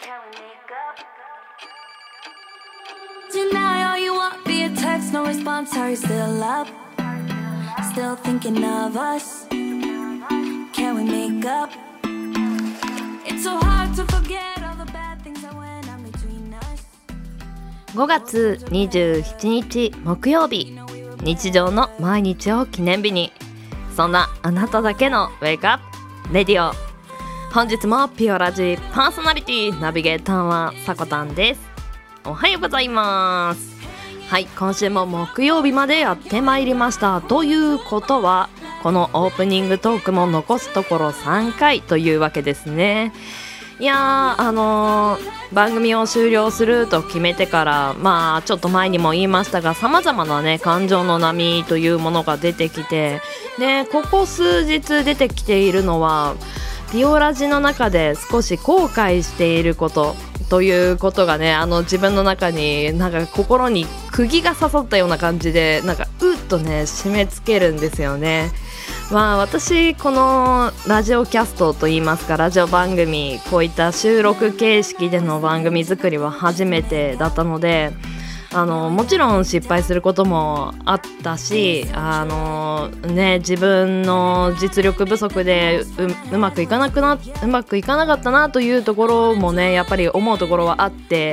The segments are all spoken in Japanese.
Tonight all you want via text, no response, are you still up? Still thinking of us? Can we make up? It's so hard to forget all the bad things that went on between us. 5月27日木曜日、日常の毎日を記念日に、そんなあなただけのウェイクアップレディオ。本日もピオラジパーソナリティナビゲーターはさこたんです。おはようございます。はい、今週も木曜日までやってまいりました。ということはこのオープニングトークも残すところ3回というわけですね。いや番組を終了すると決めてからちょっと前にも言いましたが、様々なね感情の波というものが出てきて、でここ数日出てきているのはピオラジの中で少し後悔していることということがね、自分の中になんか心に釘が刺さったような感じで、なんかうっとね締め付けるんですよね。私このラジオキャストといいますか、ラジオ番組、こういった収録形式での番組作りは初めてだったので、もちろん失敗することもあったし、自分の実力不足で うまくいかなかったなというところもね、やっぱり思うところはあって、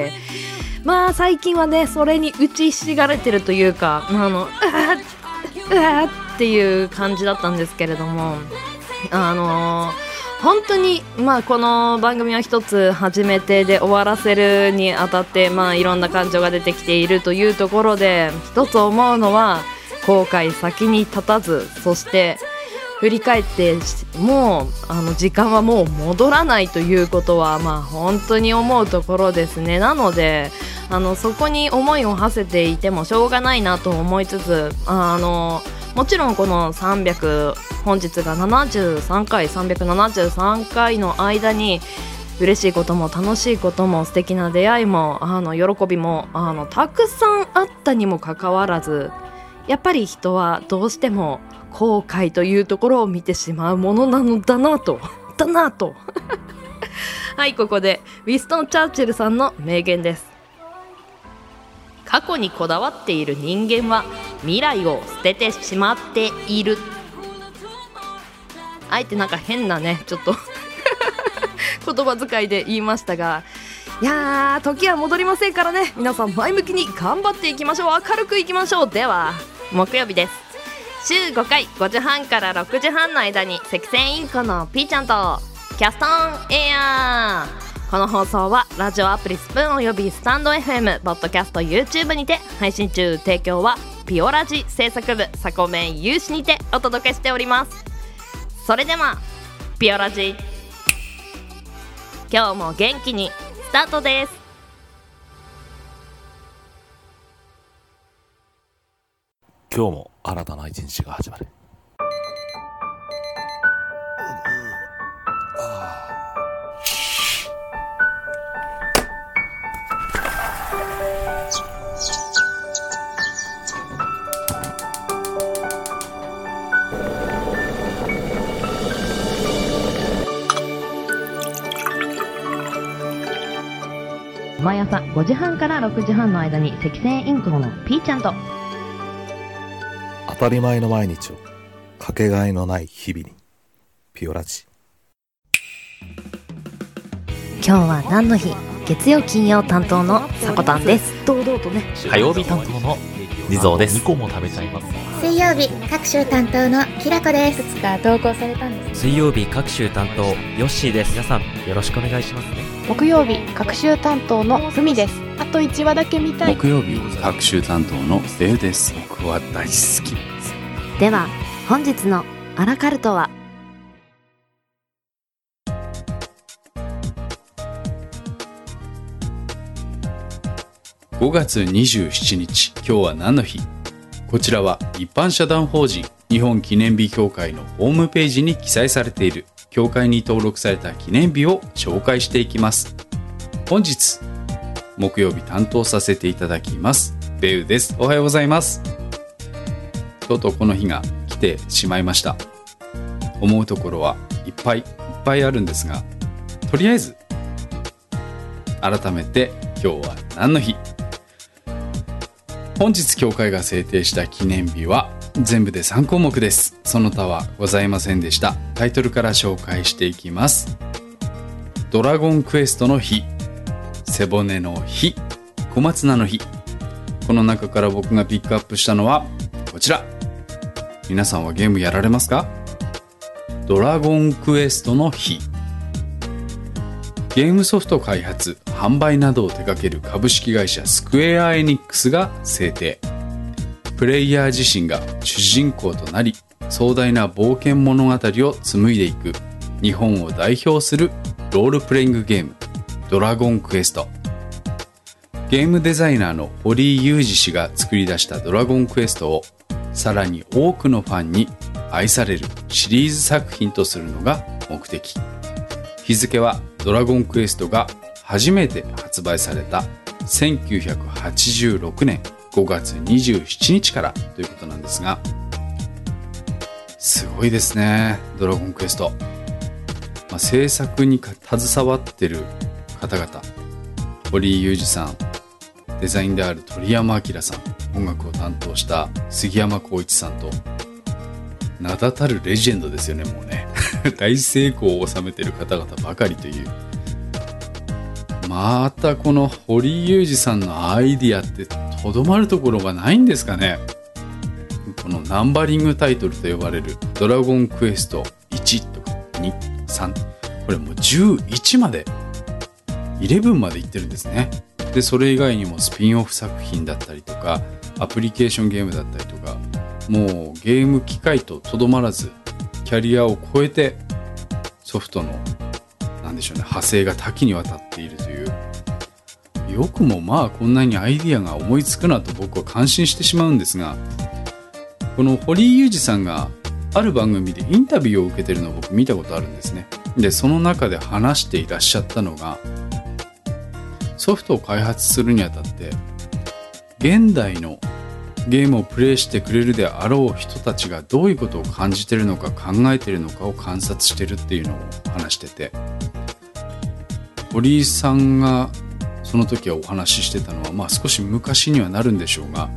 最近はねそれに打ちひしがれてるというか、っていう感じだったんですけれども、本当にこの番組は一つ初めてで終わらせるにあたって、いろんな感情が出てきているというところで、一つ思うのは後悔先に立たず、そして振り返ってもう時間はもう戻らないということは本当に思うところですね。なのでそこに思いを馳せていてもしょうがないなと思いつつ、もちろんこの本日が373回の間に嬉しいことも楽しいことも素敵な出会いも喜びもたくさんあったにもかかわらず、やっぱり人はどうしても後悔というところを見てしまうものなのだなとはい、ここでウィンストン・チャーチルさんの名言です。過去にこだわっている人間は未来を捨ててしまっている。あえてなんか変なねちょっと言葉遣いで言いましたが、いやー時は戻りませんからね、皆さん前向きに頑張っていきましょう。明るくいきましょう。では木曜日です。週5回5時半から6時半の間に赤線インコのピーちゃんとキャストオンエアー。この放送はラジオアプリスプーンおよびスタンド FM、 ポッドキャスト、 YouTube にて配信中。提供はピオラジ制作部サコメン有志にてお届けしております。それではピオラジ、今日も元気にスタートです。 今日も新たな一日が始まる。 毎朝5時半から6時半の間に赤線インコのピーちゃんと、 当たり前の毎日をかけがえのない日々に、ピオラジ。 今日は何の日？月曜金曜担当のさこたんです。堂々とね。 火曜日担当の地蔵です。2個も食べちゃいます。 水曜日各週担当のきらこです。 2日投稿されたんです。 水曜日各週担当ヨッシーです。皆さんよろしくお願いしますね。 木曜日各週担当のふみです。あと1話だけ見たい。 木曜日各週担当のベウです。僕は大好きです。 では本日のアラカルトは、 5月27日、今日は何の日？こちらは一般社団法人日本記念日協会のホームページに記載されている協会に登録された記念日を紹介していきます。本日木曜日担当させていただきますベウです。おはようございます。とうとうこの日が来てしまいました。思うところはいっぱいあるんですが、とりあえず改めて今日は何の日？本日協会が制定した記念日は全部で3項目です。その他はございませんでした。タイトルから紹介していきます。ドラゴンクエストの日、背骨の日、小松菜の日。この中から僕がピックアップしたのはこちら。皆さんはゲームやられますか？ドラゴンクエストの日。ゲームソフト開発、販売などを手掛ける株式会社スクエアエニックスが制定。プレイヤー自身が主人公となり、壮大な冒険物語を紡いでいく日本を代表するロールプレイングゲーム、ドラゴンクエスト。ゲームデザイナーの堀井雄二氏が作り出したドラゴンクエストをさらに多くのファンに愛されるシリーズ作品とするのが目的。日付はドラゴンクエストが初めて発売された1986年5月27日からということなんですが、すごいですね、ドラゴンクエスト。制作に携わってる方々、堀井雄二さん、デザインである鳥山明さん、音楽を担当した杉山浩一さんと、名だたるレジェンドですよね。もうね大成功を収めている方々ばかりという。またこの堀井雄二さんのアイディアってとどまるところがないんですかね。このナンバリングタイトルと呼ばれるドラゴンクエスト1とか2、3、これもう11まで11までいってるんですね。でそれ以外にもスピンオフ作品だったりとかアプリケーションゲームだったりとか、もうゲーム機械ととどまらずキャリアを超えてソフトのなんでしょうね、派生が多岐にわたっているという。よくもこんなにアイディアが思いつくなと僕は感心してしまうんですが、この堀井雄二さんがある番組でインタビューを受けてるのを僕見たことあるんですね。でその中で話していらっしゃったのが、ソフトを開発するにあたって現代のゲームをプレイしてくれるであろう人たちがどういうことを感じてるのか考えてるのかを観察してるっていうのを話してて、堀井さんがその時はお話ししてたのは、少し昔にはなるんでしょうが、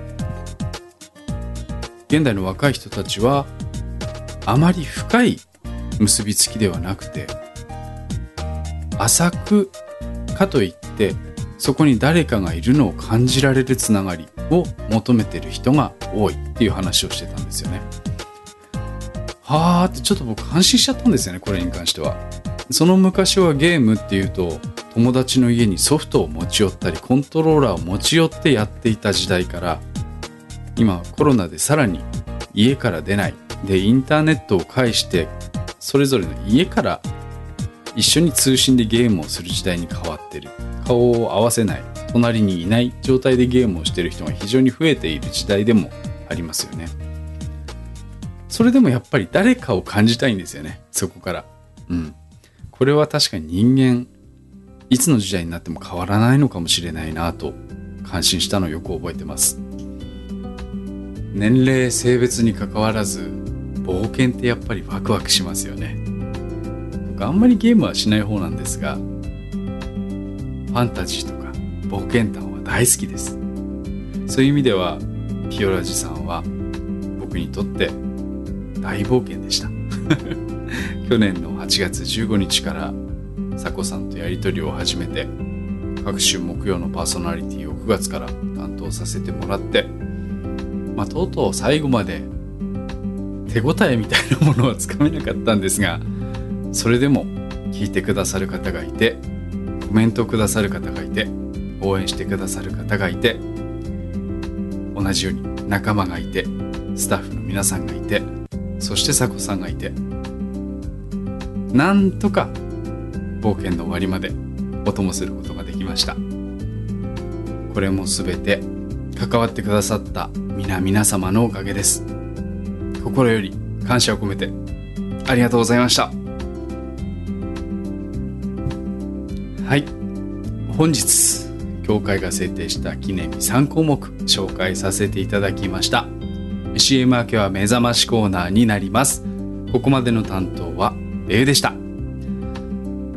現代の若い人たちはあまり深い結びつきではなくて、浅くかといってそこに誰かがいるのを感じられるつながりを求めてる人が多いっていう話をしてたんですよね。はーってちょっと僕感心しちゃったんですよね、これに関しては。その昔はゲームっていうと友達の家にソフトを持ち寄ったりコントローラーを持ち寄ってやっていた時代から、今コロナでさらに家から出ないでインターネットを介してそれぞれの家から一緒に通信でゲームをする時代に変わってる。顔を合わせない、隣にいない状態でゲームをしている人が非常に増えている時代でもありますよね。それでもやっぱり誰かを感じたいんですよね、そこから。これは確かに人間いつの時代になっても変わらないのかもしれないなと感心したのをよく覚えてます。年齢性別に関わらず冒険ってやっぱりワクワクしますよね。僕あんまりゲームはしない方なんですが、ファンタジーとか冒険談は大好きです。そういう意味ではピオラジさんは僕にとって大冒険でした去年の8月15日からサコさんとやり取りを始めて、各週木曜のパーソナリティを9月から担当させてもらって、とうとう最後まで手応えみたいなものはつかめなかったんですが、それでも聞いてくださる方がいて、コメントくださる方がいて、応援してくださる方がいて、同じように仲間がいて、スタッフの皆さんがいて、そしてサコさんがいて、なんとか冒険の終わりまでお供することができました。これもすべて関わってくださった皆様のおかげです。心より感謝を込めてありがとうございました。はい、本日協会が制定した記念日3項目紹介させていただきました。 CM 明けは目覚ましコーナーになります。ここまでの担当はレイでした。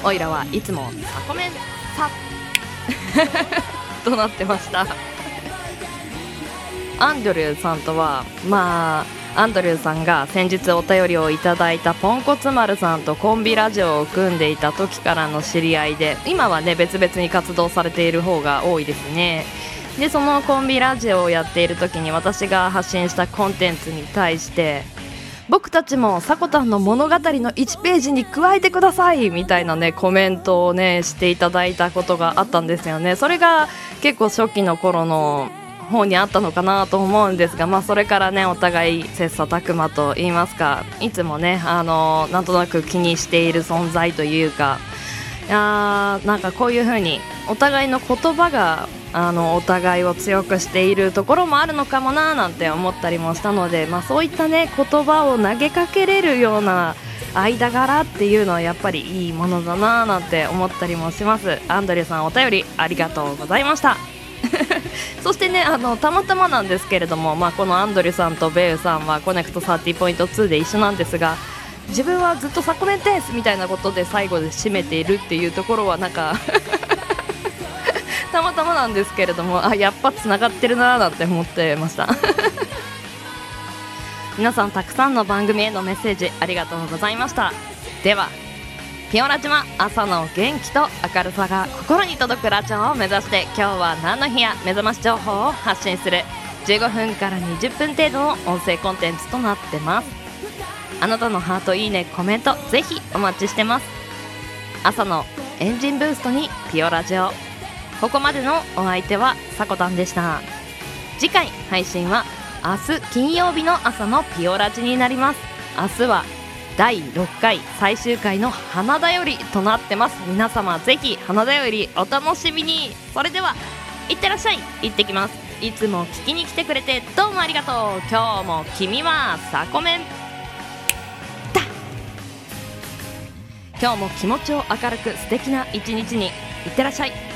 おいらはいつもサコメンさとなってました。アンドリューさんとはアンドリューさんが先日お便りをいただいたポンコツ丸さんとコンビラジオを組んでいた時からの知り合いで、今はね別々に活動されている方が多いですね。でそのコンビラジオをやっている時に私が発信したコンテンツに対して、僕たちもさこたんの物語の1ページに加えてくださいみたいなねコメントをねしていただいたことがあったんですよね。それが結構初期の頃の方にあったのかなと思うんですが、それからねお互い切磋琢磨と言いますか、いつもねなんとなく気にしている存在というか、なんかこういう風にお互いの言葉がお互いを強くしているところもあるのかもななんて思ったりもしたので、そういったね言葉を投げかけれるような間柄っていうのはやっぱりいいものだななんて思ったりもします。アンドリューさんお便りありがとうございましたそしてねたまたまなんですけれども、このアンドリューさんとベウさんはコネクト 30.2 で一緒なんですが、自分はずっとサコメンですみたいなことで最後で締めているっていうところはなんかたまたまなんですけれども、やっぱつながってるなーなんて思ってました皆さんたくさんの番組へのメッセージありがとうございました。ではピオラジは朝の元気と明るさが心に届くラジオを目指して、今日は何の日や目覚まし情報を発信する15分から20分程度の音声コンテンツとなってます。あなたのハート、いいね、コメントぜひお待ちしてます。朝のエンジンブーストにピオラジオ。ここまでのお相手はさこたんでした。次回配信は明日金曜日の朝のピオラジになります。明日は第6回最終回の花だよりとなってます。皆様ぜひ花だよりお楽しみに。それではいってらっしゃい。行ってきます。いつも聞きに来てくれてどうもありがとう。今日も君はサコメンだ。今日も気持ちを明るく素敵な一日にいってらっしゃい。